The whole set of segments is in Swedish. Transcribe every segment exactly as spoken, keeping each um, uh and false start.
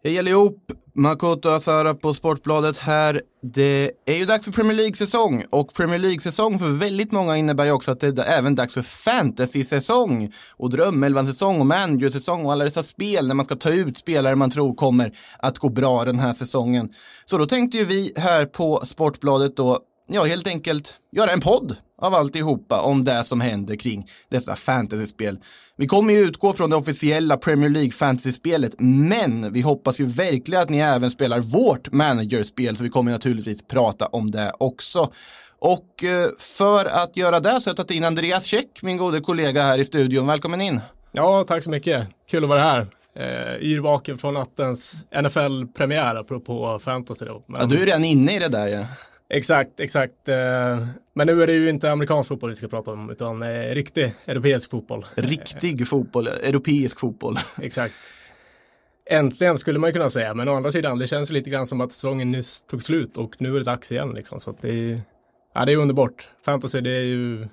Hej allihop, Makoto Asara på Sportbladet här. Det är ju dags för Premier League-säsong, och Premier League-säsong för väldigt många innebär ju också att det är även dags för fantasy-säsong och drömelvan-säsong och manager-säsong och alla dessa spel när man ska ta ut spelare man tror kommer att gå bra den här säsongen. Så då tänkte ju vi här på Sportbladet då, ja helt enkelt göra en podd av alltihopa om det som händer kring dessa fantasyspel. Vi kommer ju utgå från det officiella Premier League fantasy-spelet, men vi hoppas ju verkligen att ni även spelar vårt managerspel, så vi kommer naturligtvis prata om det också. Och för att göra det så har jag tagit in Andreas Käck, min gode kollega här i studion. Välkommen in. Ja, tack så mycket. Kul att vara här. Eh, yrvaken från nattens N F L-premiär apropå fantasy då. Men... Ja, du är redan inne i det där, ja. Exakt, exakt. Men nu är det ju inte amerikansk fotboll vi ska prata om, utan riktig europeisk fotboll. Riktig fotboll, europeisk fotboll. Exakt. Äntligen skulle man ju kunna säga, men å andra sidan, det känns lite grann som att säsongen nyss tog slut och nu är det dags igen liksom. Så att det är, ja, det är underbart. Fantasy, det är ju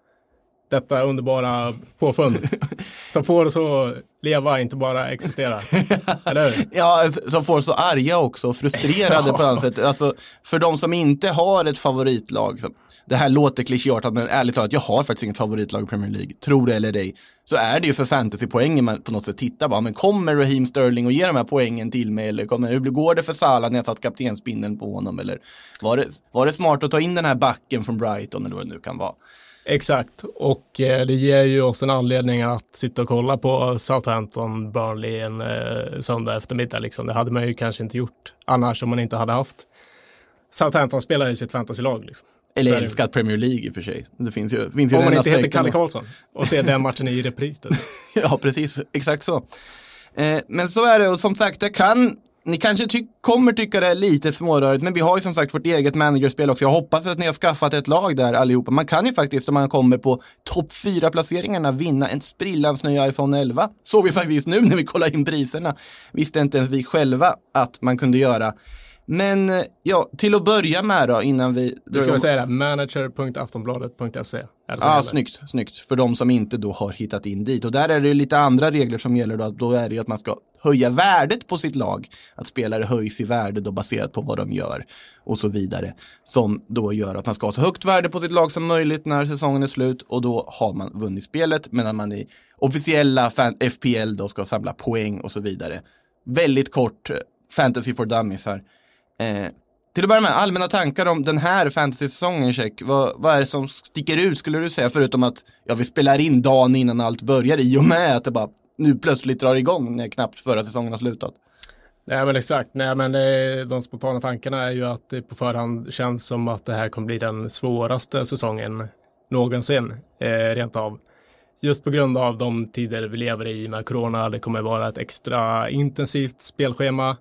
detta underbara påfund som får oss att leva, inte bara existera. Eller hur? Ja, som får oss så arga också och frustrerade på något sätt. Alltså, för de som inte har ett favoritlag, det här låter klichéartat, men ärligt talat, jag har faktiskt inget favoritlag i Premier League, tror det eller ej. Så är det ju för fantasypoängen man på något sätt tittar bara, men kommer Raheem Sterling och ger de här poängen till mig, eller kommer, hur går det för Salah när jag satt kaptenspinnen på honom, eller var det, var det smart att ta in den här backen från Brighton eller vad det nu kan vara? Exakt, och eh, det ger ju oss en anledning att sitta och kolla på Southampton Burnley en eh, söndag eftermiddag liksom. Det hade man ju kanske inte gjort annars om man inte hade haft Southampton spelare i sitt fantasylag liksom. Eller älskat Premier League i och för sig. Det finns ju, finns ju om den man inte heter aspekten. Kalle Karlsson och ser den matchen i repris. Ja, precis. Exakt så. Eh, men så är det, och som sagt, det kan... Ni kanske ty- kommer tycka det är lite smårörigt, men vi har ju som sagt vårt eget managerspel också. Jag hoppas att ni har skaffat ett lag där allihopa. Man kan ju faktiskt, om man kommer på topp fyra placeringarna, vinna en sprillans ny iPhone elva. Så vi faktiskt nu när vi kollar in priserna. Visste inte ens vi själva att man kunde göra. Men ja, till att börja med då, innan vi... Du ska väl säga det, manager punkt aftonbladet punkt se. Ja, ah, snyggt, snyggt. För de som inte då har hittat in dit. Och där är det ju lite andra regler som gäller då. Då är det ju att man ska höja värdet på sitt lag. Att spelare höjs i värde då baserat på vad de gör. Och så vidare. Som då gör att man ska ha så högt värde på sitt lag som möjligt när säsongen är slut. Och då har man vunnit spelet. Medan man i officiella fan- F P L då ska samla poäng och så vidare. Väldigt kort fantasy for dummies här. Eh, till att börja med, allmänna tankar om den här fantasy-säsongen, Check. Vad, vad är det som sticker ut, skulle du säga, förutom att ja, vi spelar in dagen innan allt börjar, i och med att det bara nu plötsligt drar igång när knappt förra säsongen har slutat? Nej, men exakt. Nej, men det, de spontana tankarna är ju att det på förhand känns som att det här kommer bli den svåraste säsongen någonsin, eh, rent av. Just på grund av de tider vi lever i med corona. Det kommer vara ett extra intensivt spelschema.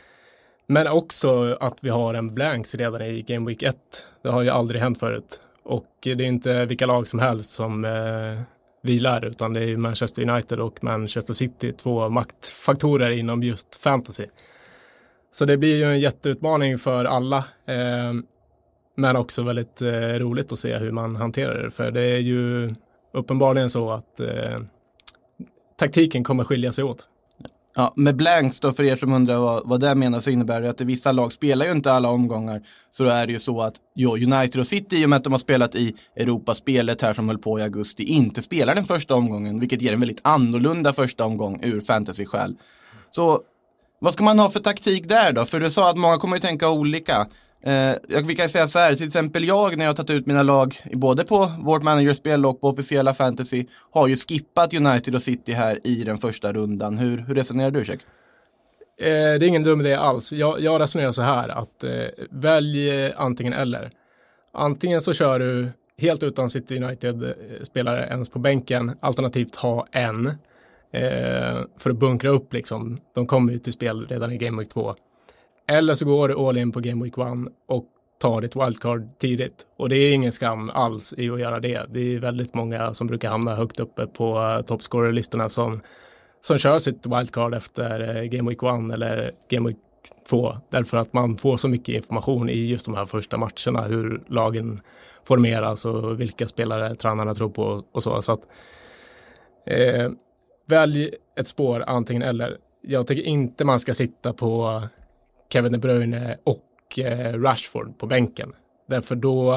Men också att vi har en blanks redan i Game Week ett. Det har ju aldrig hänt förut. Och det är inte vilka lag som helst som eh, vilar, utan det är Manchester United och Manchester City, två maktfaktorer inom just fantasy. Så det blir ju en jätteutmaning för alla. Eh, men också väldigt eh, roligt att se hur man hanterar det. För det är ju uppenbarligen så att eh, taktiken kommer skilja sig åt. Ja, med blanks då, för er som undrar vad, vad det menar, så innebär det att det vissa lag spelar ju inte alla omgångar. Så då är det ju så att jo, United och City, i och med att de har spelat i Europaspelet här som höll på i augusti, inte spelar den första omgången, vilket ger en väldigt annorlunda första omgång ur fantasy-skäl. Så vad ska man ha för taktik där då? För du sa att många kommer ju tänka olika. Eh, vi kan säga så här, till exempel jag, när jag har tagit ut mina lag både på vårt managerspel och på officiella fantasy, har ju skippat United och City här i den första rundan. Hur, hur resonerar du, Check? Eh, det är ingen dum idé alls. Jag, jag resonerar så här att eh, välj antingen eller. Antingen så kör du helt utan City United-spelare ens på bänken, alternativt ha en eh, för att bunkra upp liksom. De kommer ju till spel redan i Game Week två. Eller så går du all in på Game Week ett och tar ditt wildcard tidigt. Och det är ingen skam alls i att göra det. Det är väldigt många som brukar hamna högt uppe på uh, toppscorer-listorna som, som kör sitt wildcard efter uh, Game Week ett eller Game Week två. Därför att man får så mycket information i just de här första matcherna. Hur lagen formeras och vilka spelare tränarna tror på och så. Så att, eh, välj ett spår antingen eller. jag tycker inte man ska sitta på Kevin De Bruyne och eh, Rashford på bänken. Därför då,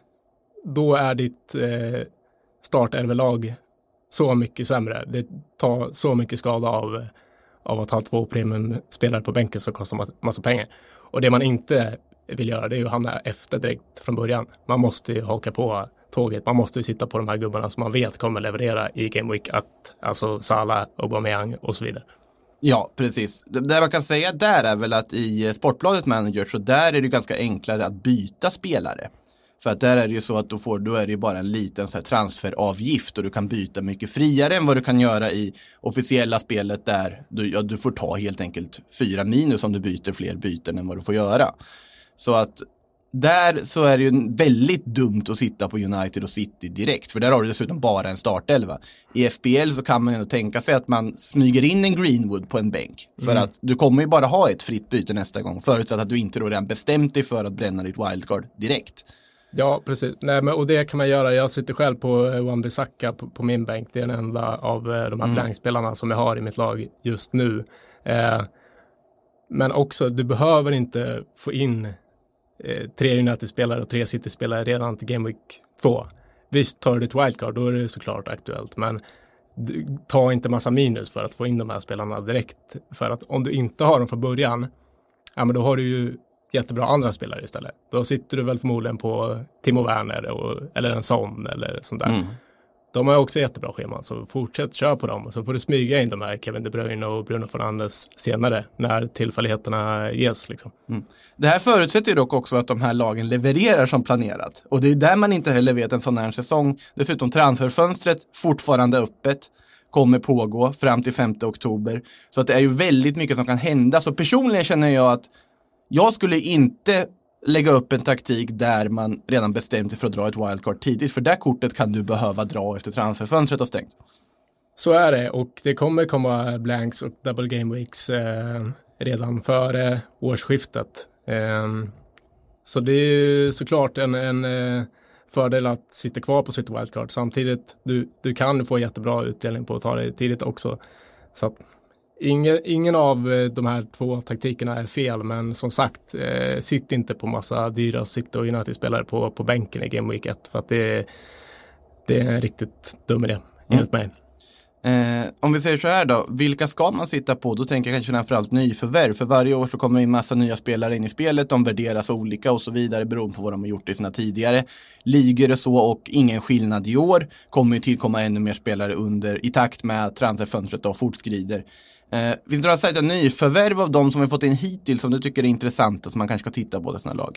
då är ditt eh, startelverlag så mycket sämre. Det tar så mycket skada av, av att ha två premiumspelare på bänken som kostar massa, massa pengar. Och det man inte vill göra, det är ju att hamna efter direkt från början. Man måste ju haka på tåget. Man måste ju sitta på de här gubbarna som man vet kommer leverera i Game Week, att, alltså Salah, Aubameyang och så vidare. Ja, precis. Det man kan säga där är väl att i Sportbladet Manager så där är det ganska enklare att byta spelare. För att där är det ju så att då, får, då är det ju bara en liten så här transferavgift och du kan byta mycket friare än vad du kan göra i officiella spelet där du, ja, du får ta helt enkelt fyra minus om du byter fler byten än vad du får göra. Så att där så är det ju väldigt dumt att sitta på United och City direkt. För där har du dessutom bara en startelva. I F B L så kan man ändå tänka sig att man smyger in en Greenwood på en bänk. För mm. att du kommer ju bara ha ett fritt byte nästa gång. Förutsatt att du inte då redan bestämt dig för att bränna ditt wildcard direkt. Ja, precis. Nej, men, och det kan man göra. Jag sitter själv på Wan-Bissaka på, på min bänk. Det är den enda av de här mm. blankspelarna som jag har i mitt lag just nu. Eh, men också, du behöver inte få in eh, tre United-spelare och tre City-spelare redan till Game Week två. Visst, tar du ditt wildcard, då är det såklart aktuellt. Men ta inte massa minus för att få in de här spelarna direkt. För att om du inte har dem från början, ja, men då har du ju jättebra andra spelare istället. Då sitter du väl förmodligen på Timo Werner och, eller en Son eller sånt där. Mm. De har också jättebra scheman, så fortsätt köra på dem och så får du smyga in de här Kevin De Bruyne och Bruno Fernandes senare när tillfälligheterna ges. Liksom. Mm. Det här förutsätter ju dock också att de här lagen levererar som planerat. Och det är där man inte heller vet en sån här säsong. Dessutom transferfönstret fortfarande öppet. Kommer pågå fram till femte oktober. Så att det är ju väldigt mycket som kan hända. Så personligen känner jag att jag skulle inte lägga upp en taktik där man redan bestämt sig för att dra ett wildcard tidigt. För det kortet kan du behöva dra efter transferfönstret har stängt. Så är det, och det kommer komma blanks och double game weeks eh, redan före årsskiftet. Eh, så det är ju såklart en, en eh, fördel att sitta kvar på sitt wildcard. Samtidigt, du, du kan få jättebra utdelning på att ta det tidigt också. Så att Ingen, ingen av de här två taktikerna är fel, men som sagt, eh, sitt inte på massa dyra City och United-spelare på, på bänken i Game Week ett, för att det, det är en riktigt dum idé, enligt mm. mig. Eh, om vi säger så här då, vilka ska man sitta på? Då tänker jag kanske framförallt nyförvärv. För varje år så kommer in massa nya spelare in i spelet, de värderas olika och så vidare beroende på vad de har gjort i sina tidigare ligor och så, och ingen skillnad i år. Kommer ju tillkomma ännu mer spelare under i takt med att transferfönstret då fortskrider. Eh, vill du ha sagt en nyförvärv av de som vi fått in hittills som du tycker är intressanta som man kanske ska titta på dessa lag?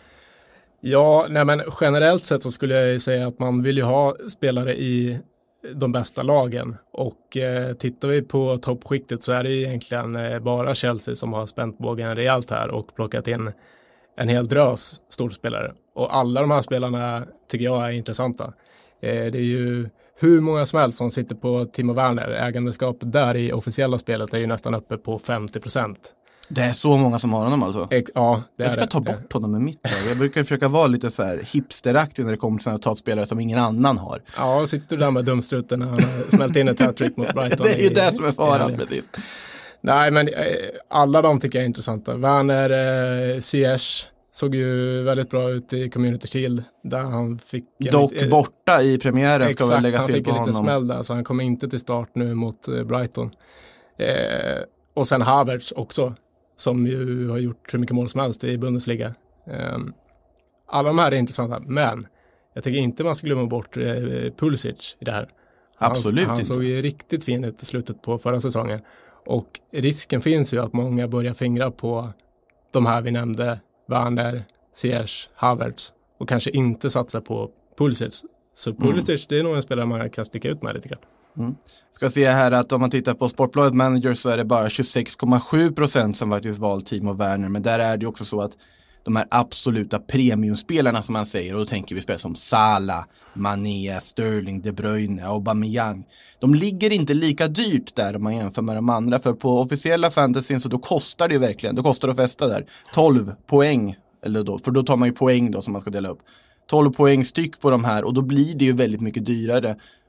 Ja, nej men generellt sett så skulle jag säga att man vill ju ha spelare i de bästa lagen, och eh, tittar vi på toppskiktet så är det egentligen eh, bara Chelsea som har spänt bågen rejält här och plockat in en hel drös storspelare, och alla de här spelarna tycker jag är intressanta. Eh, det är ju hur många som helst som sitter på Timo Werner. Ägandeskapet där i officiella spelet är ju nästan uppe på femtio procent. Det är så många som har honom alltså? Ex- ja, det jag ska är ta det. bort honom med mitt lag. Jag brukar försöka vara lite så här hipsteraktig när det kommer till att ta spelare som ingen annan har. Ja, sitter du där med dumstruten när han har smält in ett hat-trick mot Brighton. Det är ju i, det som är faran, i, precis. Nej, men eh, alla de tycker jag är intressanta. Werner, eh, Ziyech såg ju väldigt bra ut i Community Shield där han fick dock lite, borta i premiären exakt, ska väl läggas till på honom. Han fick lite smäll där, så han kommer inte till start nu mot eh, Brighton. Eh, och sen Havertz också, som ju har gjort hur mycket mål som helst i Bundesliga. Eh, alla de här är intressanta, men jag tycker inte man ska glömma bort eh, Pulisic i det här. Han, Absolut han inte. såg ju riktigt fin ut i slutet på förra säsongen, och risken finns ju att många börjar fingra på de här vi nämnde, Werner, Ziyech, Havertz, och kanske inte satsa på Pulisic. Så Pulisic, mm. det är nog en spelare man kan sticka ut med lite grann. Mm. Ska se här att om man tittar på Sportbladet Manager så är det bara tjugosex komma sju procent som faktiskt valt Timo Werner. Men där är det också så att de här absoluta premiumspelarna som man säger, och då tänker vi spelare som Salah, Mané, Sterling, De Bruyne, Aubameyang. De ligger inte lika dyrt där om man jämför med de andra, för på officiella fantasyn så då kostar det ju verkligen, då kostar det att fästa där tolv poäng, eller då, för då tar man ju poäng då som man ska dela upp. tolv poäng styck på de här, och då blir det ju väldigt mycket dyrare.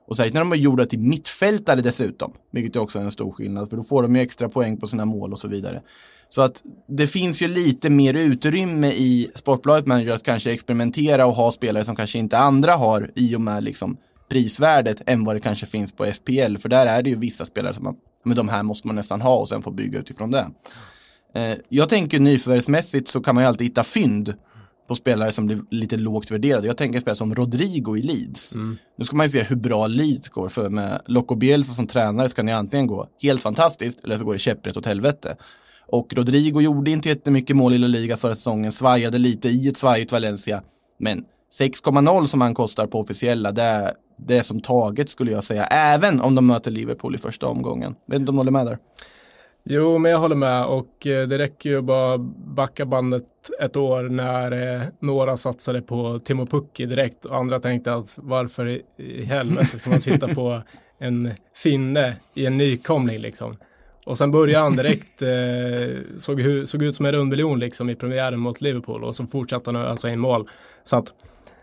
Och särskilt när de är gjorda till mittfältare dessutom, vilket är också en stor skillnad, för då får de ju extra poäng på sina mål och så vidare. Så att det finns ju lite mer utrymme i Sportbladet Manager att kanske experimentera och ha spelare som kanske inte andra har i och med liksom prisvärdet än vad det kanske finns på F P L. För där är det ju vissa spelare som man, men de här måste man nästan ha och sen få bygga utifrån det. Eh, jag tänker nyförvärvsmässigt så kan man ju alltid hitta fynd på spelare som blir lite lågt värderade. Jag tänker spelare som Rodrigo i Leeds. Mm. Nu ska man ju se hur bra Leeds går, för med Loco Bielsa som tränare ska ni antingen gå helt fantastiskt eller så går det käpprätt åt helvete. Och Rodrigo gjorde inte jättemycket mål i La Liga förra säsongen, svajade lite i ett svajigt Valencia, men sex komma noll som han kostar på officiella, det är, det är som taget skulle jag säga, även om de möter Liverpool i första omgången. Vet inte om du håller med där? Jo, men jag håller med, och det räcker ju bara backa bandet ett år när eh, några satsade på Timo Pukki direkt och andra tänkte att varför i, i helvete ska man sitta på en finne i en nykomling liksom. Och sen började han direkt, eh, såg, hu- såg ut som en rundmiljon liksom i premiären mot Liverpool, och så fortsatte han alltså in mål. Så att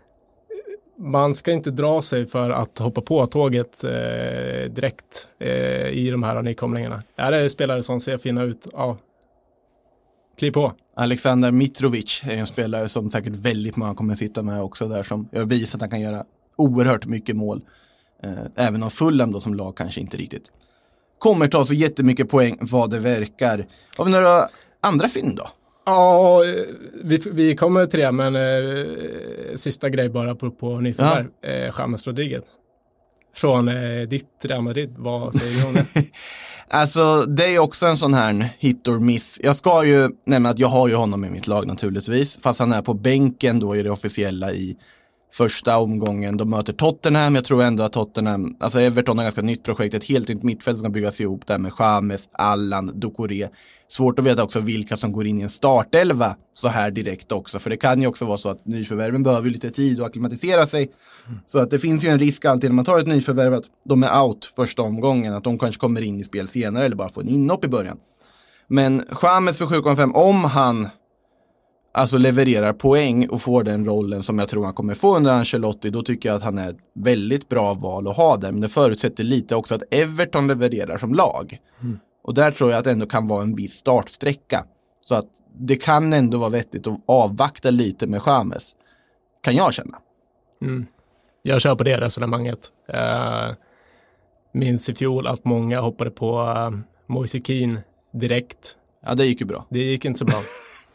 man ska inte dra sig för att hoppa på tåget eh, direkt eh, i de här nykomlingarna. Är det spelare som ser fina ut? Ja, kliv på. Alexander Mitrovic är en spelare som säkert väldigt många kommer att sitta med också där, som jag visar att han kan göra oerhört mycket mål. Eh, även om Fulham då som lag kanske inte riktigt kommer ta så jättemycket poäng vad det verkar. Har vi några andra fynd då? Ja, vi, vi kommer till det, men eh, sista grej bara på, på nyförvärv. Ja. Eh, James Rodriguez. Från eh, ditt Real Madrid. Vad säger du om det? Alltså, det är också en sån här hit or miss. Jag ska ju nämna att jag har ju honom i mitt lag naturligtvis. Fast han är på bänken då i det officiella i första omgången. De möter Tottenham. Jag tror ändå att Tottenham, alltså Everton har ganska nytt projekt. Ett helt nytt mittfält som ska byggas ihop där med James, Allan, Doucouré. Svårt att veta också vilka som går in i en startelva så här direkt också. För det kan ju också vara så att nyförvärven behöver ju lite tid att akklimatisera sig. Mm. Så att det finns ju en risk alltid när man tar ett nyförvärv att de är out första omgången. Att de kanske kommer in i spel senare eller bara får en inhopp i början. Men James för sju komma fem, om han alltså levererar poäng och får den rollen som jag tror han kommer få under Ancelotti, då tycker jag att han är ett väldigt bra val att ha där. Men det förutsätter lite också att Everton levererar som lag. Mm. Och där tror jag att det ändå kan vara en viss startsträcka. Så att det kan ändå vara vettigt att avvakta lite med James. Kan jag känna. Mm. Jag kör på det resonemanget. Uh, minns i fjol att många hoppade på uh, Moise Kean direkt. Ja, det gick ju bra. Det gick inte så bra.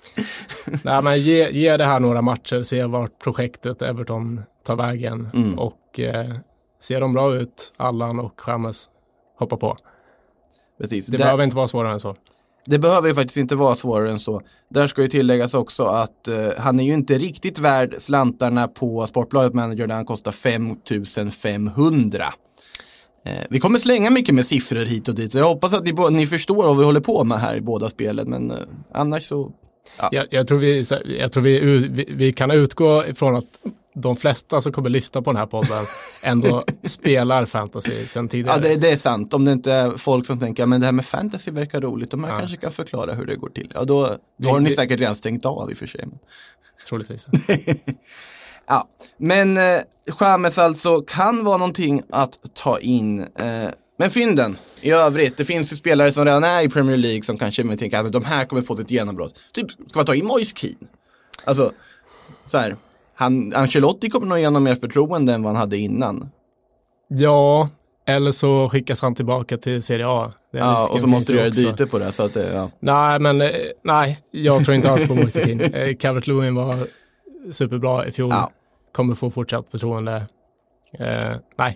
Nej, men ge, ge det här några matcher, se vart projektet Everton tar vägen. Mm. Och uh, ser de bra ut, Allan och James, hoppa på. Precis. Det där, behöver inte vara svårare än så. Det behöver ju faktiskt inte vara svårare än så. Där ska ju tilläggas också att uh, han är ju inte riktigt värd slantarna på Sportbladet Manager där han kostar fem tusen femhundra. Uh, vi kommer slänga mycket med siffror hit och dit. Så jag hoppas att ni, ni förstår vad vi håller på med här i båda spelen. Men uh, annars så... Ja. Jag, jag tror, vi, jag tror vi, vi, vi kan utgå ifrån att de flesta som kommer lyssna på den här podden ändå spelar fantasy sen tidigare. Ja, det, det är sant. Om det inte är folk som tänker men det här med fantasy verkar roligt, de här ja. kanske kan förklara hur det går till. Ja, då, då har ni säkert redan stängt av i och för sig. Troligtvis. Ja, men eh, James alltså kan vara någonting att ta in. Eh, men fynden i övrigt, det finns ju spelare som redan är i Premier League som kanske man tänker att de här kommer få ett genombrott. Typ, ska man ta in Moise Kean? Alltså, så här, han, Ancelotti kommer nog igenom mer förtroende än vad han hade innan. Ja, eller så skickas han tillbaka till Serie A. Ja, och så måste du göra dyte på det. Så att det ja. Nej, men nej, jag tror inte alls på Moise Kean. Calvert-Lewin var superbra i fjol. Ja. Kommer få fortsatt förtroende. Eh, nej.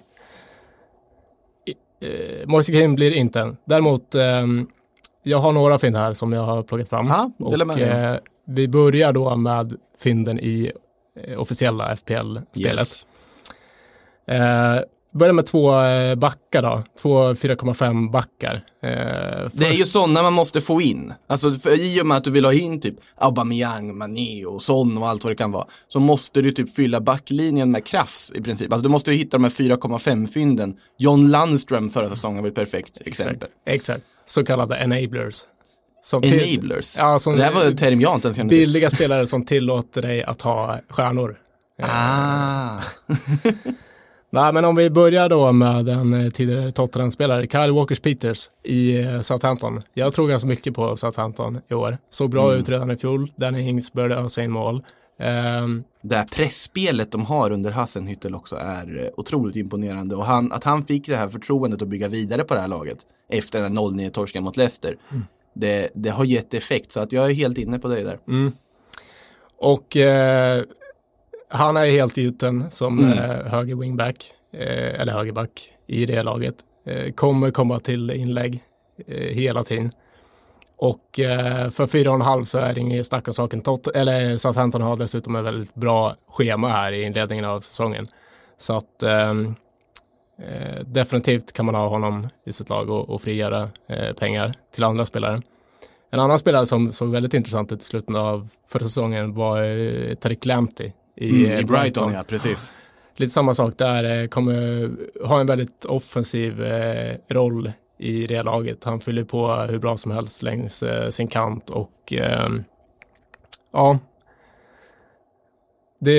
Eh, Moise Kean blir inte en. Däremot, eh, jag har några fynd här som jag har plockat fram. Ha, och eh, vi börjar då med fynden i eh, officiella F P L-spelet. Yes. Eh, börjar med två eh, backar då. Två fyra komma fem backar. Eh, först... Det är ju sådana man måste få in. Alltså för, i och med att du vill ha in typ Aubameyang, Mané och Son och allt vad det kan vara. Så måste du typ fylla backlinjen med krafts i princip. Alltså du måste ju hitta de här fyra komma fem-fynden. John Lundström förra säsongen var ett perfekt exempel. Exakt, exakt. Så kallade enablers. Som enablers? Till, ja, som det här var ett term jag inte ens kände till. Billiga spelare som tillåter dig att ha stjärnor. Ah. Nej, men om vi börjar då med en tidigare Tottenham-spelare, Kyle Walker-Peters i Southampton. Jag tror ganska mycket på Southampton i år. Så bra mm. ut redan i fjol. Danny Ings började ösa in mål. Um, det här pressspelet de har under Hasenhüttl också är otroligt imponerande. Och han, att han fick det här förtroendet att bygga vidare på det här laget efter den noll nio torsken mot Leicester. Mm. Det, det har gett effekt, så att jag är helt inne på det där. Mm. Och eh, han är helt gjuten som mm. eh, höger wingback eh, eller högerback i det laget. Eh, kommer komma till inlägg eh, hela tiden. Och eh, för fyra och en halv så är det ingen snack om saken. Tot- eller Southampton har dessutom ett väldigt bra schema här i inledningen av säsongen. Så att eh, eh, definitivt kan man ha honom i sitt lag och, och frigöra eh, pengar till andra spelare. En annan spelare som såg väldigt intressant ut i slutet av förra säsongen var eh, Tariq Lamptey i, mm, i Brighton. Brighton. Ja, precis. Lite samma sak där, eh, kommer ha en väldigt offensiv eh, roll i det laget. Han fyller på hur bra som helst längs eh, sin kant och eh, ja, det,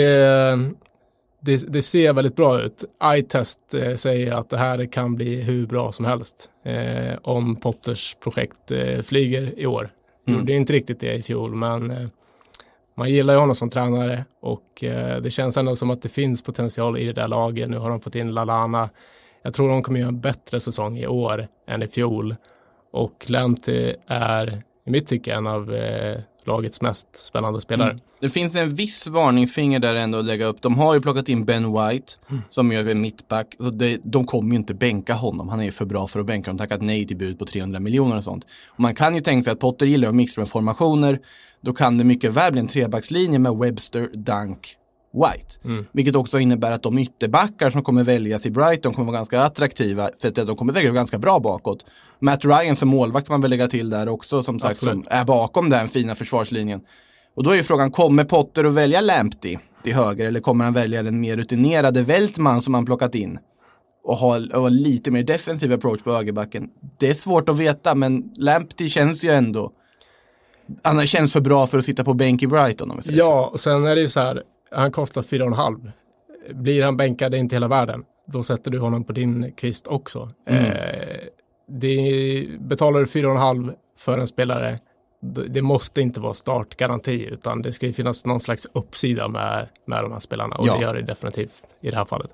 det, det ser väldigt bra ut. iTest eh, säger att det här kan bli hur bra som helst eh, om Potters projekt eh, flyger i år. Mm. Det är inte riktigt det i fjol, men eh, man gillar ju honom som tränare och eh, det känns ändå som att det finns potential i det där laget. Nu har de fått in Lallana. Jag tror de kommer göra en bättre säsong i år än i fjol. Och Lamptey är i mitt tycke en av eh, lagets mest spännande spelare. Mm. Det finns en viss varningsfinger där ändå att lägga upp. De har ju plockat in Ben White mm. som gör en mittback. Så det, de kommer ju inte bänka honom. Han är ju för bra för att bänka. De har tackat nej till bud på trehundra miljoner och sånt. Och man kan ju tänka sig att Potter gillar att mixa med formationer. Då kan det mycket väl bli en trebackslinje med Webster, Dunk, White. Mm. Vilket också innebär att de ytterbackar som kommer väljas i Brighton kommer vara ganska attraktiva. För att de kommer säkert vara ganska bra bakåt. Matt Ryan som målvakt man vill lägga till där också, som sagt, som är bakom den fina försvarslinjen. Och då är ju frågan, kommer Potter att välja Lamptey till höger eller kommer han välja den mer rutinerade Weltman som han plockat in? Och ha, och ha lite mer defensiv approach på högerbacken. Det är svårt att veta, men Lamptey känns ju ändå... Han känns för bra för att sitta på bänk i Brighton, om vi säger. Ja, och sen är det ju så här, han kostar fyra och en halv. Blir han bänkad inte hela världen, då sätter du honom på din kvist också. Mm. Eh, det betalar du fyra och en halv för en spelare. Det måste inte vara startgaranti, utan det ska ju finnas någon slags uppsida med, med de här spelarna. Och ja. Det gör det definitivt i det här fallet.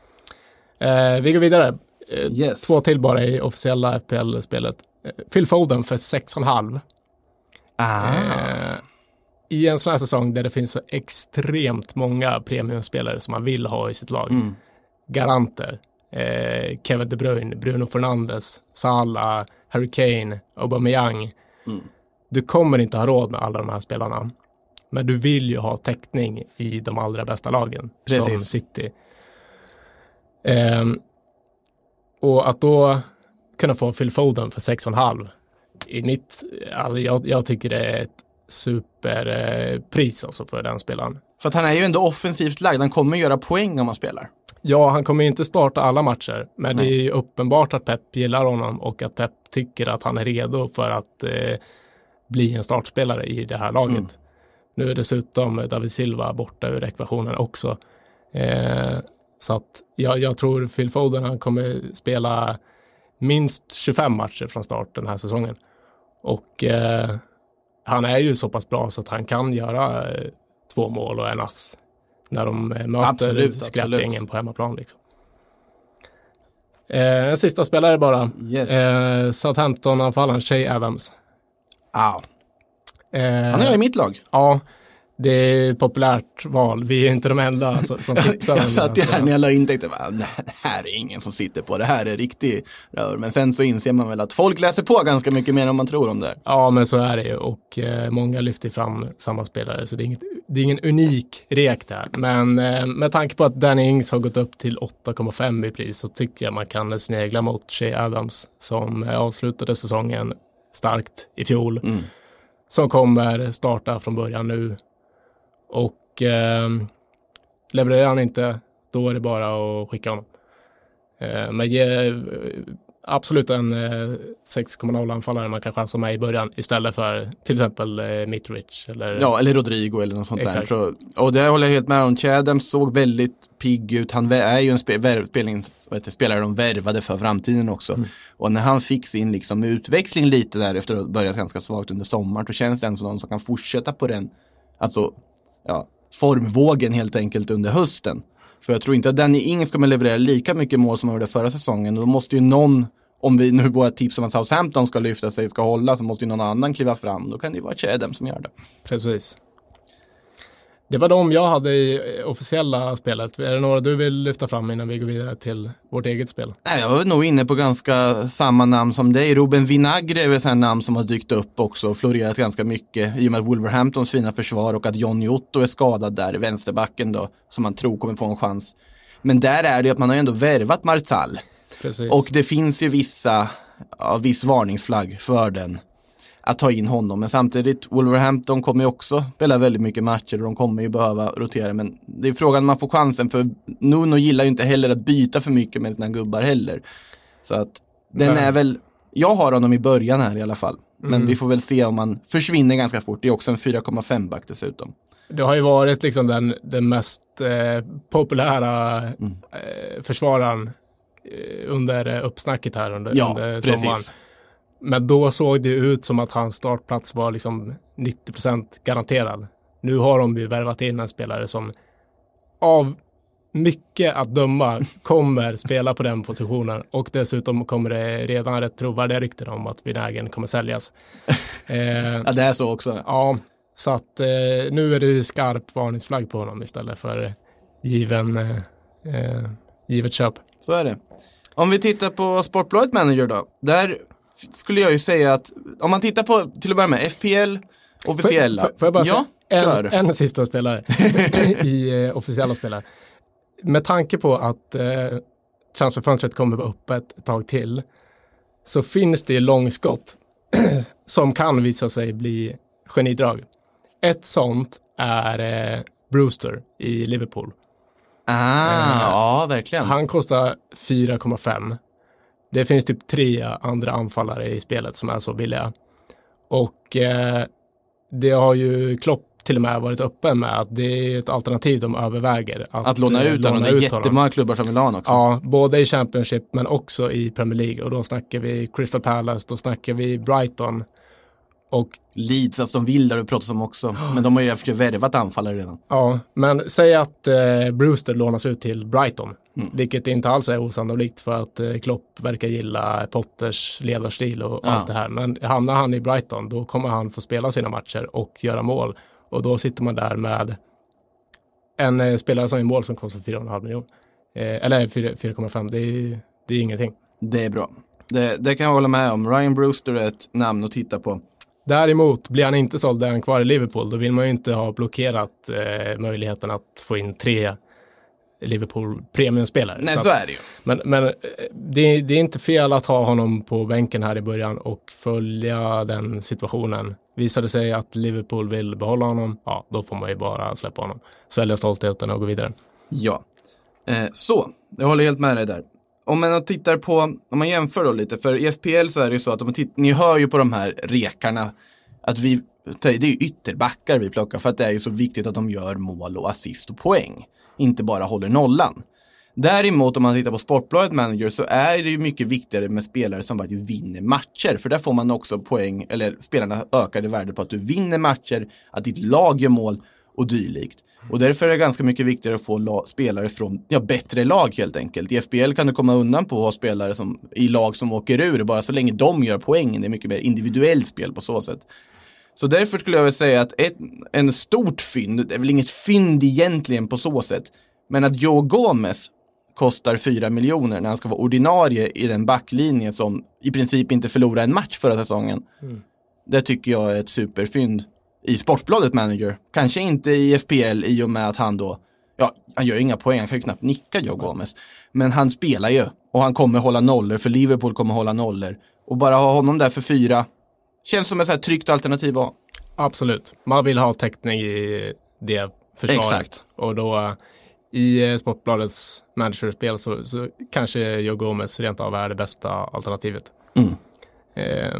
Eh, vi går vidare. Eh, yes. Två till bara i officiella F P L-spelet. Eh, Phil Foden för sex och en halv. Ah. Eh, I en sån här säsong där det finns så extremt många premiumspelare som man vill ha i sitt lag. Mm. Garanter. Eh, Kevin De Bruyne, Bruno Fernandes, Salah, Harry Kane, Aubameyang. Mm. Du kommer inte ha råd med alla de här spelarna. Men du vill ju ha täckning i de allra bästa lagen. Precis. Som City. Eh, och att då kunna få Phil Foden för sex och en halv i mitt, alltså jag, jag tycker det är ett superpris eh, alltså för den spelaren. För att han är ju ändå offensivt lagd. Han kommer göra poäng om han spelar. Ja, han kommer inte starta alla matcher. Men Nej. Det är ju uppenbart att Pep gillar honom och att Pep tycker att han är redo för att eh, bli en startspelare i det här laget. Mm. Nu är dessutom David Silva borta ur ekvationen också. Eh, så att jag, jag tror Phil Foden han kommer spela minst tjugofem matcher från start den här säsongen. Och eh, han är ju så pass bra så att han kan göra eh, två mål och en ass när de eh, möter skräpgängen på hemmaplan. Liksom. Eh, en sista spelare bara. Yes. Eh, Southampton-anfallaren Che Adams. Ah. Eh, han är i mitt lag. Ja, det är ett populärt val. Vi är inte de enda som, som tipsar. Jag satt här när jag la in tänkte, det här är ingen som sitter på, det här är riktigt rör. Men sen så inser man väl att folk läser på ganska mycket mer än man tror om det. Ja, men så är det ju. Och eh, många lyfter fram samma spelare. Så det är, inget, det är ingen unik rek där. Men eh, med tanke på att Danny Ings har gått upp till åtta komma fem i pris så tycker jag man kan snegla mot Che Adams som eh, avslutade säsongen starkt i fjol. Mm. Som kommer starta från början nu. Och eh, levererar han inte, då är det bara att skicka honom. Eh, men ge, absolut en eh, sex komma noll-anfallare man kan chansa med i början istället för till exempel eh, Mitrovic. Eller... Ja, eller Rodrigo eller något sånt Exakt. där. Och det håller jag helt med om. Chadam såg väldigt pigg ut. Han är ju en spe- vär- spelning, vet, spelare de värvade för framtiden också. Mm. Och när han fick sin liksom, utväxling lite där efter att ha börjat ganska svagt under sommaren, då känns det som någon som kan fortsätta på den alltså, ja, formvågen helt enkelt under hösten. För jag tror inte att Danny Ings kommer leverera lika mycket mål som han gjorde förra säsongen. Och då måste ju någon, om vi nu våra tips om att Southampton ska lyfta sig, ska hålla, så måste ju någon annan kliva fram. Då kan det ju vara Chadam som gör det. Precis. Det var de jag hade i officiella spelet. Är det några du vill lyfta fram innan vi går vidare till vårt eget spel? Nej, jag var nog inne på ganska samma namn som dig. Ruben Vinagre är väl ett namn som har dykt upp också och florerat ganska mycket i och med Wolverhamptons fina försvar och att Johnny Otto är skadad där i vänsterbacken då, som man tror kommer få en chans. Men där är det att man har ändå värvat Martal. Precis. Och det finns ju vissa, ja, viss varningsflagg för den. Att ta in honom, men samtidigt Wolverhampton kommer ju också spela väldigt mycket matcher och de kommer ju behöva rotera, men det är frågan om man får chansen, för Nuno gillar ju inte heller att byta för mycket med sina gubbar heller, så att den Nej. är väl, jag har honom i början här i alla fall, men mm. vi får väl se om man försvinner ganska fort. Det är också en fyra komma fem back dessutom. Det har ju varit liksom den, den mest eh, populära mm. eh, försvararen eh, under uppsnacket här under, ja, under precis. sommaren. Men då såg det ut som att hans startplats var liksom nittio procent garanterad. Nu har de ju värvat in en spelare som av mycket att döma kommer spela på den positionen. Och dessutom kommer det redan rätt trovärdiga rykten om att Vinagren kommer säljas. eh, ja, det är så också. Ja, så att eh, nu är det skarp varningsflagg på honom istället för given, eh, givet köp. Så är det. Om vi tittar på Sportbladet Manager då. Där skulle jag ju säga att om man tittar på till att börja med F P L officiella. Får, får jag bara ja, säga en, en sista spelare i eh, officiella spelare. Med tanke på att eh, transferfönstret kommer vara uppe ett tag till, så finns det långskott som kan visa sig bli genidrag. Ett sånt är eh, Brewster i Liverpool. Ah, eh, ja, verkligen. Han kostar fyra komma fem. Det finns typ tre andra anfallare i spelet som är så billiga. Och eh, det har ju Klopp till och med varit öppen med att det är ett alternativ de överväger. Att, att låna ut honom. Det är jättemånga klubbar som vill ha honom också. Ja, både i Championship men också i Premier League. Och då snackar vi Crystal Palace, då snackar vi Brighton. Och Leeds, alltså de vill där du pratar om också. Men de har ju försökt värvat anfallare redan. Ja, men säg att eh, Brewster lånas ut till Brighton. Mm. Vilket inte alls är osannolikt för att eh, Klopp verkar gilla Potters ledarstil och ja. allt det här. Men hamnar han i Brighton, då kommer han få spela sina matcher och göra mål. Och då sitter man där med en eh, spelare som är mål som kostar fyra komma fem miljoner. Eh, eller fyra komma fem, det är, det är ingenting. Det är bra. Det, det kan jag hålla med om. Ryan Brewster är ett namn att titta på. Däremot blir han inte såld där han kvar i Liverpool. Då vill man ju inte ha blockerat eh, möjligheten att få in tre Liverpool premiumspelare. Nej, så, så att, är det ju. Men, men det, det är inte fel att ha honom på bänken här i början och följa den situationen. Visar det sig att Liverpool vill behålla honom, ja, då får man ju bara släppa honom. Sälja stoltheten och gå vidare. Ja, eh, så. Jag håller helt med dig där. Om man tittar på, om man jämför då lite, för i F P L så är det ju så att om man tittar, ni hör ju på de här rekarna att vi, det är ju ytterbackar vi plockar för att det är ju så viktigt att de gör mål och assist och poäng, inte bara håller nollan. Däremot om man tittar på Sportbladet Manager så är det ju mycket viktigare med spelare som faktiskt vinner matcher, för där får man också poäng, eller spelarna ökar det värde på att du vinner matcher, att ditt lag gör mål och dylikt. Och därför är det ganska mycket viktigare att få la- spelare från ja, bättre lag helt enkelt. I F B L kan du komma undan på att ha spelare som, i lag som åker ur bara så länge de gör poängen. Det är mycket mer individuellt spel på så sätt. Så därför skulle jag väl säga att ett, en stort fynd, det är väl inget fynd egentligen på så sätt, men att Joe Gomez kostar fyra miljoner när han ska vara ordinarie i den backlinjen som i princip inte förlorar en match förra säsongen. Mm. Det tycker jag är ett superfynd i Sportbladet Manager. Kanske inte i F P L i och med att han då, ja, han gör inga poäng, han kan ju knappt nicka Joe Gomez. Men han spelar ju och han kommer hålla nollor, för Liverpool kommer hålla nollor. Och bara ha honom där för fyra känns som ett så här tryggt alternativ. Absolut. Man vill ha täckning i det försvaret. Exakt. Och då i Sportbladets managerspel så, så kanske Joe Gomez rent av är det bästa alternativet. Mm. Eh,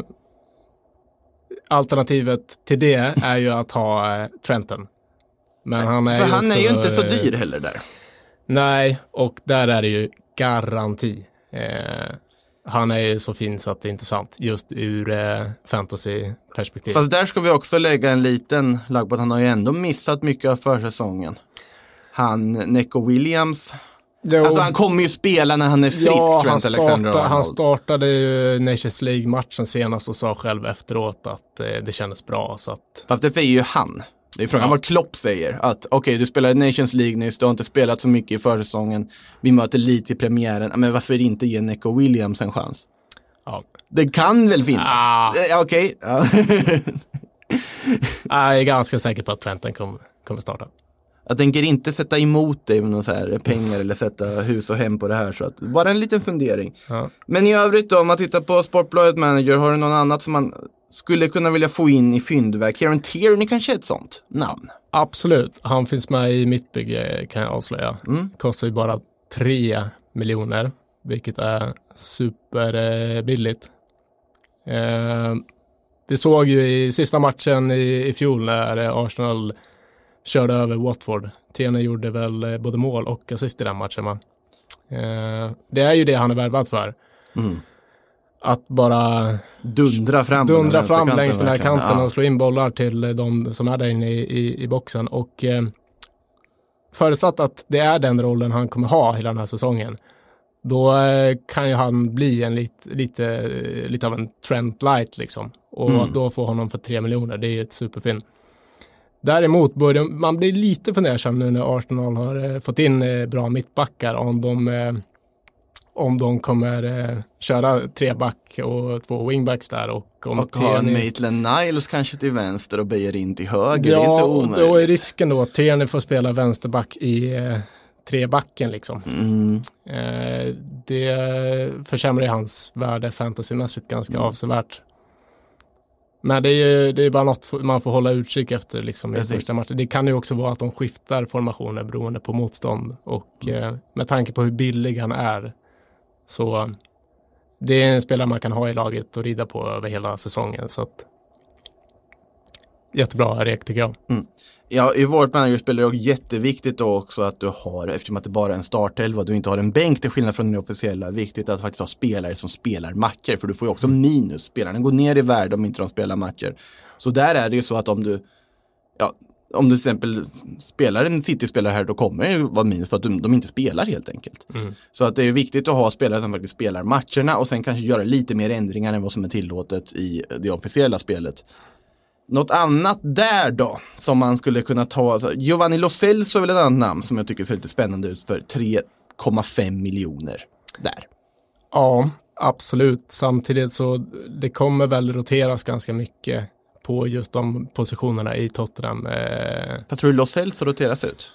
alternativet till det är ju att ha eh, Trenton. Men han är, För ju, han också, är ju inte så eh, dyr heller där. Nej, och där är det ju garanti. Eh, han är ju så fin så att det är intressant just ur eh, fantasy-perspektiv. Fast där ska vi också lägga en liten lag på att han har ju ändå missat mycket av försäsongen. Han, Neco Williams, Jo, alltså han kommer ju spela när han är frisk, ja, Trent han, Alexander starta, han Arnold. startade ju Nations League-matchen senast och sa själv efteråt att eh, det kändes bra. Så att... Fast det säger ju han. Det är frågan Ja. vad Klopp säger. Att okej, okay, du spelar i Nations League nyss, du har inte spelat så mycket i försäsongen. Vi möter lite i premiären. Men varför inte ge Neco Williams en chans? Ja. Det kan väl finnas? Ah. Eh, Okej. Okay. Ja. Jag är ganska säker på att Trenton kommer, kommer starta. Jag tänker inte sätta emot dig med någon så här pengar eller sätta hus och hem på det här. Så att, bara en liten fundering. Ja. Men i övrigt då, om man tittar på Sportbladet Manager, har du någon annat som man skulle kunna vilja få in i fyndverk? Kieran Tierney kanske är ett sånt namn. Absolut, han finns med i mitt bygge kan jag avslöja. Mm. Kostar ju bara tre miljoner, vilket är superbilligt. Eh, vi såg ju i sista matchen i, i fjol när Arsenal körde över Watford. Tierney gjorde väl både mål och assist i den matchen. Man. Eh, det är ju det han är värvad för. Mm. Att bara Dundra fram, dundra fram längs den här verkligen. kanten Ja. och slå in bollar till de som är där inne i, i, i boxen. Och eh, förutsatt att det är den rollen han kommer ha hela den här säsongen, då eh, kan ju han bli en lit, lite, lite av en Trent Light liksom. Och Mm. då får honom för tre miljoner. Det är ju ett superfin. Däremot börjar man bli lite fundersam nu när Arsenal har eh, fått in eh, bra mittbackar om de eh, om de kommer eh, köra tre back och två wingbacks där och om Och ta en Tierney- Maitland-Niles kanske till vänster och Bejer in till höger. Det är Ja, inte och omöjligt. då är risken då att Tierney får spela vänsterback i eh, trebacken liksom. Mm. Eh, det försämrar ju hans värde fantasymässigt ganska Mm. avsevärt. Men det är ju det är bara något man får hålla utkik efter liksom, i Precis. första matchen. Det kan ju också vara att de skiftar formationer beroende på motstånd. Och Mm. eh, med tanke på hur billig han är, så det är en spelare man kan ha i laget och rida på över hela säsongen. Så att, jättebra rek tycker jag. Ja, i vårt managerspel är det jätteviktigt då också att du har, eftersom att det bara är en startelva, du inte har en bänk till skillnad från den officiella, viktigt att faktiskt ha spelare som spelar matcher, för du får ju också minus. Spelarna går ner i värde om inte de spelar matcher. Så där är det ju så att om du, ja, om du till exempel spelar en City-spelare här, då kommer det ju vara minus för att de, de inte spelar helt enkelt. Mm. Så att det är viktigt att ha spelare som faktiskt spelar matcherna och sen kanske göra lite mer ändringar än vad som är tillåtet i det officiella spelet. Något annat där då som man skulle kunna ta, alltså, Giovanni Lo Celso är väl ett annat namn som jag tycker ser lite spännande ut för tre komma fem miljoner där. Ja, absolut. Samtidigt så det kommer väl roteras ganska mycket på just de positionerna i Tottenham. Eh, Vad tror du Lo Celso roteras ut?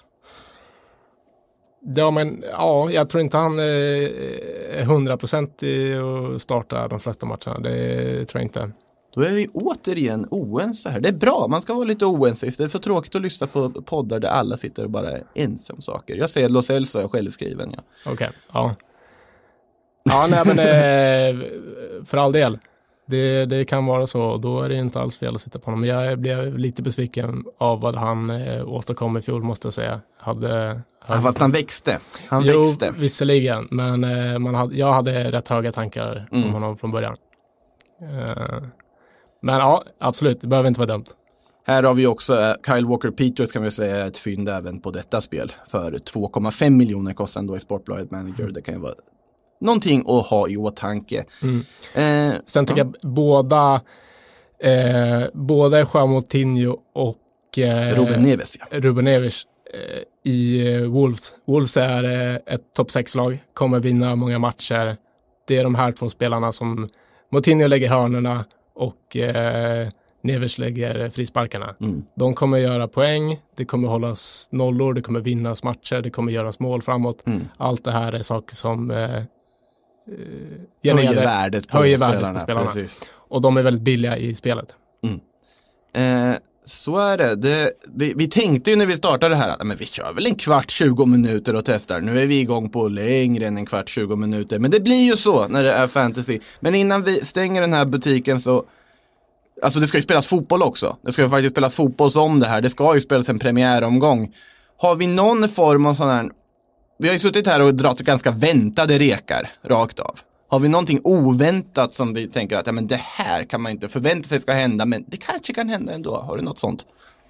ja, men ja, jag tror inte han är hundra procent i att starta de flesta matcherna. Det tror jag inte. Då är vi återigen oense här. Det är bra, man ska vara lite oense. Det är så tråkigt att lyssna på poddar där alla sitter och bara är ensamma om saker. Jag säger Lo Celso är självskriven, ja. Okej, okay, ja. Ja, nej men eh, för all del. Det, det kan vara så. Då är det inte alls fel att sitta på honom. Men jag blev lite besviken av vad han eh, åstadkom i fjol, måste jag säga. Hade, hade... Fast han växte. Han jo, växte. visserligen. Men eh, man hade, jag hade rätt höga tankar Mm. om honom från början. Eh, men ja, absolut. Det behöver inte vara dumt. Här har vi också eh, Kyle Walker-Peters, kan vi säga, ett fynd även på detta spel. För två komma fem miljoner kostar ändå i Sportbladet Manager. Det kan ju vara någonting att ha i åtanke. Mm. Eh, Sen tycker ja. jag båda eh, både João Moutinho och eh, Ruben Neves, ja. Ruben Neves eh, i eh, Wolves. Wolves är eh, ett topp sex-lag, kommer vinna många matcher. Det är de här två spelarna som Moutinho lägger hörnorna och eh, Neves lägger frisparkarna. Mm. De kommer göra poäng, det kommer hållas nollor, det kommer vinnas matcher, det kommer göras mål framåt. Mm. Allt det här är saker som eh, Höjer värdet på höjer spelarna. värdet på spelarna. Precis. Och de är väldigt billiga i spelet. Eh, Så är det. det vi, vi tänkte ju när vi startade det här, men vi kör väl en kvart, tjugo minuter och testar. Nu är vi igång på längre än en kvart, tjugo minuter. Men det blir ju så när det är fantasy. Men innan vi stänger den här butiken så... Alltså det ska ju spelas fotboll också. Det ska ju faktiskt spelas fotboll som det här. Det ska ju spelas en premiäromgång. Har vi någon form av sån här... Vi har ju suttit här och dragit ganska väntade rekar rakt av. Har vi någonting oväntat som vi tänker att ja, men det här kan man inte förvänta sig ska hända, men det kanske kan hända ändå? Har du något sånt?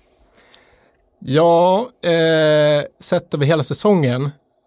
Ja, eh, sett över hela säsongen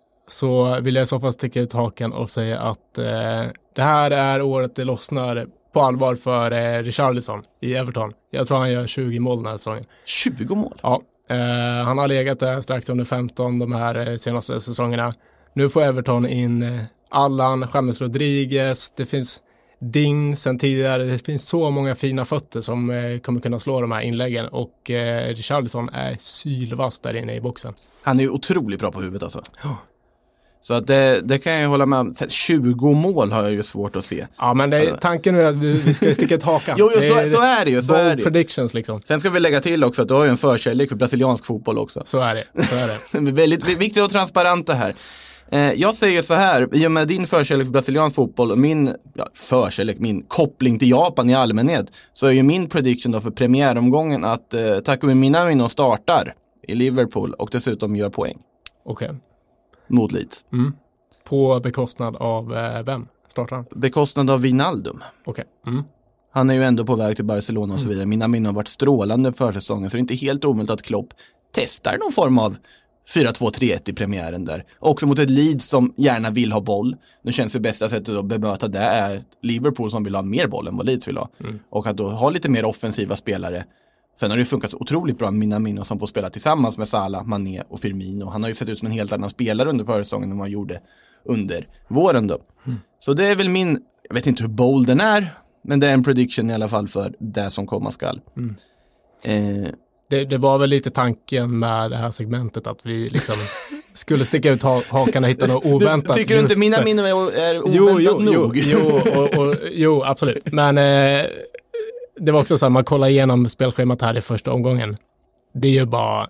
så vill jag i så fall sticka ut haken och säga att eh, det här är året det lossnar på allvar för eh, Richarlison i Everton. Jag tror han gör tjugo mål den här säsongen. tjugo mål? Ja, eh, han har legat där strax under femton de här eh, senaste säsongerna. Nu får Everton in eh, Allan, James Rodriguez, det finns Ding sen tidigare, det finns så många fina fötter som eh, kommer kunna slå de här inläggen och eh, Richarlison är sylvass där inne i boxen. Han är ju otroligt bra på huvudet alltså. Ja. Så att det, det kan jag hålla med om. tjugo mål har jag ju svårt att se. Ja, men det är, tanken nu är att vi, vi ska sticka ett hakan. jo, jo så, så är det ju. Så är det ju. Predictions liksom. Sen ska vi lägga till också att du har ju en förkärlek för brasiliansk fotboll också. Så är det, så är det. Väldigt viktigt och transparent det här. Eh, jag säger så här, i och med din förkärlek för brasiliansk fotboll och min ja, förkärlek, min koppling till Japan i allmänhet, så är ju min prediction då för premiäromgången att eh, Takumi Minamino startar i Liverpool och dessutom gör poäng. Okej. Okay. Mot Leeds. Mm. På bekostnad av eh, vem startar han? Bekostnad av Wijnaldum. Okej. Okay. Mm. Han är ju ändå på väg till Barcelona och så vidare. Minamino har varit strålande för säsongen, så det är inte helt omöjligt att Klopp testar någon form av fyra två tre ett i premiären där. Också mot ett Leeds som gärna vill ha boll. Nu känns det bästa sättet att bemöta det är Liverpool som vill ha mer boll än vad Leeds vill ha. Mm. Och att då ha lite mer offensiva spelare. Sen har det funkat så otroligt bra med Minamino som får spela tillsammans med Salah, Mané och Firmino. Han har ju sett ut som en helt annan spelare under försäsongen än vad han gjorde under våren då. Mm. Så det är väl min, jag vet inte hur bold den är, men det är en prediction i alla fall för det som komma skall. Mm. Eh, Det, det var väl lite tanken med det här segmentet att vi liksom skulle sticka ut ha, hakan och hitta något oväntat. Du, tycker du inte mina minnen är oväntat jo, jo, nog? Jo, jo, och, och, jo absolut. Men eh, det var också så att man kollar igenom spelschemat här i första omgången. Det är ju bara...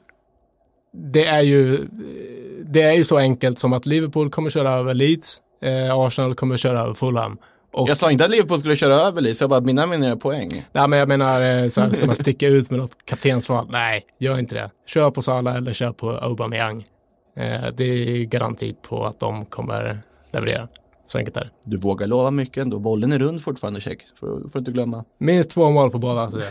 Det är ju, det är ju så enkelt som att Liverpool kommer köra över Leeds, eh, Arsenal kommer köra över Fulham. Och, jag sa inte att Liverpool skulle köra över Leeds, jag bara mina mina poäng. Nej, men jag menar, så här, ska man sticka ut med något kaptensval? Nej, gör inte det. Kör på Salah eller kör på Aubameyang. Eh, det är garanti på att de kommer leverera. Så enkelt är det. Du vågar lova mycket ändå. Bollen är rund fortfarande, check. Får, får inte glömma. Minst två mål på båda. Så,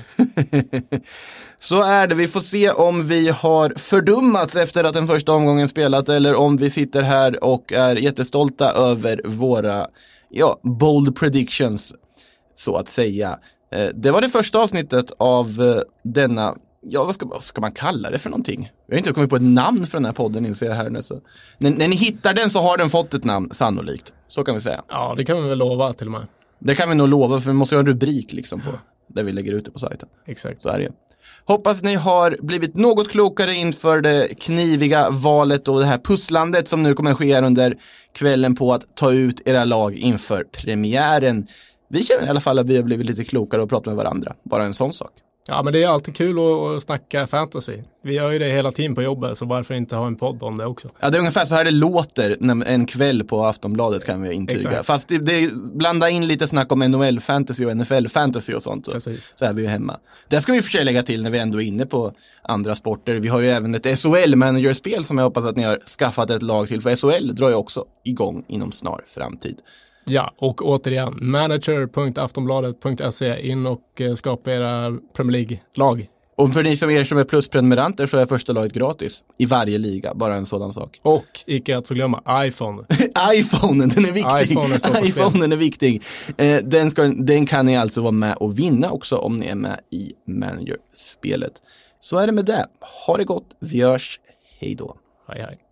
så är det. Vi får se om vi har fördummats efter att den första omgången spelat eller om vi sitter här och är jättestolta över våra ja, bold predictions, så att säga. Eh, det var det första avsnittet av eh, denna, ja vad ska, vad ska man kalla det för någonting? Jag har inte kommit på ett namn för den här podden, inser jag här nu. Så. När, när ni hittar den så har den fått ett namn, sannolikt. Så kan vi säga. Ja, det kan vi väl lova till och med. Det kan vi nog lova, för vi måste ha en rubrik liksom på, där vi lägger ut det på sajten. Exakt. Så är det. Hoppas ni har blivit något klokare inför det kniviga valet och det här pusslandet som nu kommer att ske under kvällen på att ta ut era lag inför premiären. Vi känner i alla fall att vi har blivit lite klokare och pratat med varandra. Bara en sån sak. Ja, men det är alltid kul att, att snacka fantasy. Vi gör ju det hela tiden på jobbet, så varför inte ha en podd om det också? Ja, det är ungefär så här det låter en kväll på Aftonbladet, kan vi intyga. Exakt. Fast det, det blandar in lite snack om N H L-fantasy och N F L-fantasy och sånt. Så, Precis. Så är vi ju hemma. Det ska vi för sig lägga till när vi ändå är inne på andra sporter. Vi har ju även ett S H L-managerspel som jag hoppas att ni har skaffat ett lag till. För S H L drar ju också igång inom snar framtid. Ja, och återigen, manager punkt aftonbladet punkt se, in och eh, skapa era Premier League-lag. Och för ni som är som är plusprenumeranter så är första laget gratis i varje liga, bara en sådan sak. Och icke att förglömma iPhone. iPhonen, den är viktig. iPhone iPhonen är viktig. Eh, den, ska, den kan ni alltså vara med och vinna också om ni är med i manager-spelet. Så är det med det. Ha det gott, vi hörs. Hej då. Hej hej.